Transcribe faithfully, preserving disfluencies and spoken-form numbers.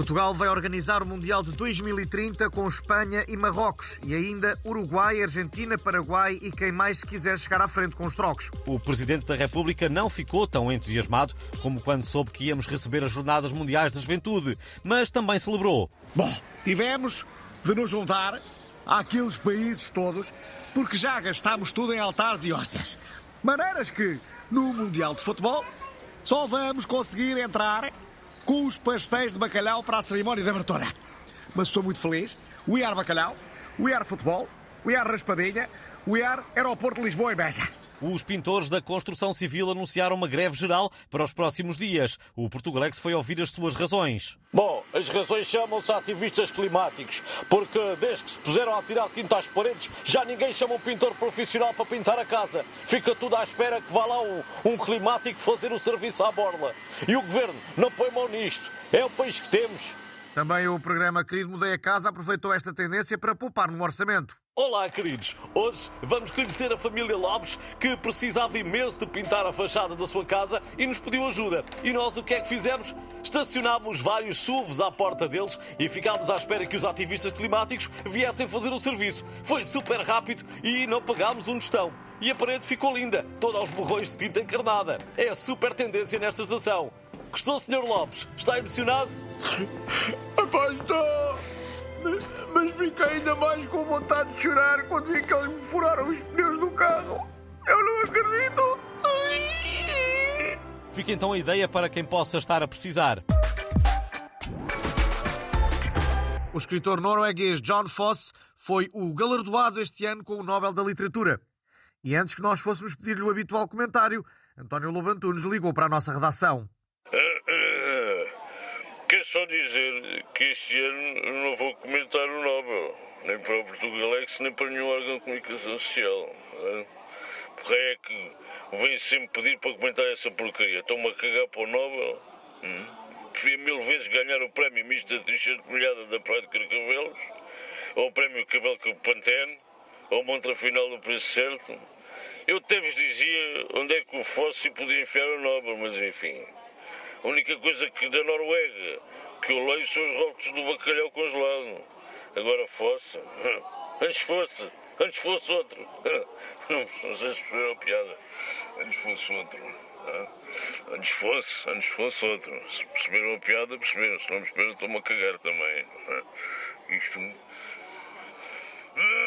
Portugal vai organizar o Mundial de dois mil e trinta com Espanha e Marrocos e ainda Uruguai, Argentina, Paraguai e quem mais se quiser chegar à frente com os trocos. O Presidente da República não ficou tão entusiasmado como quando soube que íamos receber as Jornadas Mundiais da Juventude, mas também celebrou. Bom, tivemos de nos juntar àqueles países todos porque já gastámos tudo em altares e hóstias. Maneiras que, no Mundial de Futebol, só vamos conseguir entrar com os pastéis de bacalhau para a cerimónia de abertura. Mas estou muito feliz. We are bacalhau, we are futebol, we are raspadinha, we are aeroporto de Lisboa e Beja. Os pintores da construção civil anunciaram uma greve geral para os próximos dias. O Portugalex foi ouvir as suas razões. Bom, as razões chamam-se ativistas climáticos, porque desde que se puseram a tirar tinta às paredes, já ninguém chama um pintor profissional para pintar a casa. Fica tudo à espera que vá lá um, um climático fazer o serviço à borla. E o governo não põe mão nisto. É o país que temos. Também o programa Querido Mudei a Casa aproveitou esta tendência para poupar no orçamento. Olá, queridos. Hoje vamos conhecer a família Lopes, que precisava imenso de pintar a fachada da sua casa e nos pediu ajuda. E nós o que é que fizemos? Estacionámos vários S U Vs à porta deles e ficámos à espera que os ativistas climáticos viessem fazer o serviço. Foi super rápido e não pagámos um tostão. E a parede ficou linda, toda aos borrões de tinta encarnada. É a super tendência nesta estação. Gostou, senhor Lopes? Está emocionado? Epá, estou... Mas fiquei ainda mais com vontade de chorar quando vi que eles me furaram os pneus do carro. Eu não acredito. Fica então a ideia para quem possa estar a precisar. O escritor norueguês John Fosse foi o galardoado este ano com o Nobel da Literatura. E antes que nós fôssemos pedir-lhe o habitual comentário, António Lobo Antunes ligou para a nossa redação. Quero só dizer que este ano não vou comentar o Nobel, nem para o Portugalex, nem para nenhum órgão de comunicação social. Porque é que vem sempre pedir para comentar essa porcaria. Estão-me a cagar para o Nobel. Hum? Prefiro mil vezes ganhar o prémio misto da t-shirt molhada da Praia de Carcavelos, ou o prémio Cabelo Pantene, ou o montra final do preço certo. Eu até vos dizia onde é que o Fosse podia enfiar o Nobel, mas enfim... A única coisa que da Noruega que eu leio são os rótulos do bacalhau congelado. Agora fosse, antes fosse, antes fosse outro. Não, não sei se perceberam a piada. Antes fosse outro. Antes fosse, antes fosse outro. Se perceberam a piada, perceberam. Se não perceberam, estou-me a cagar também. Isto...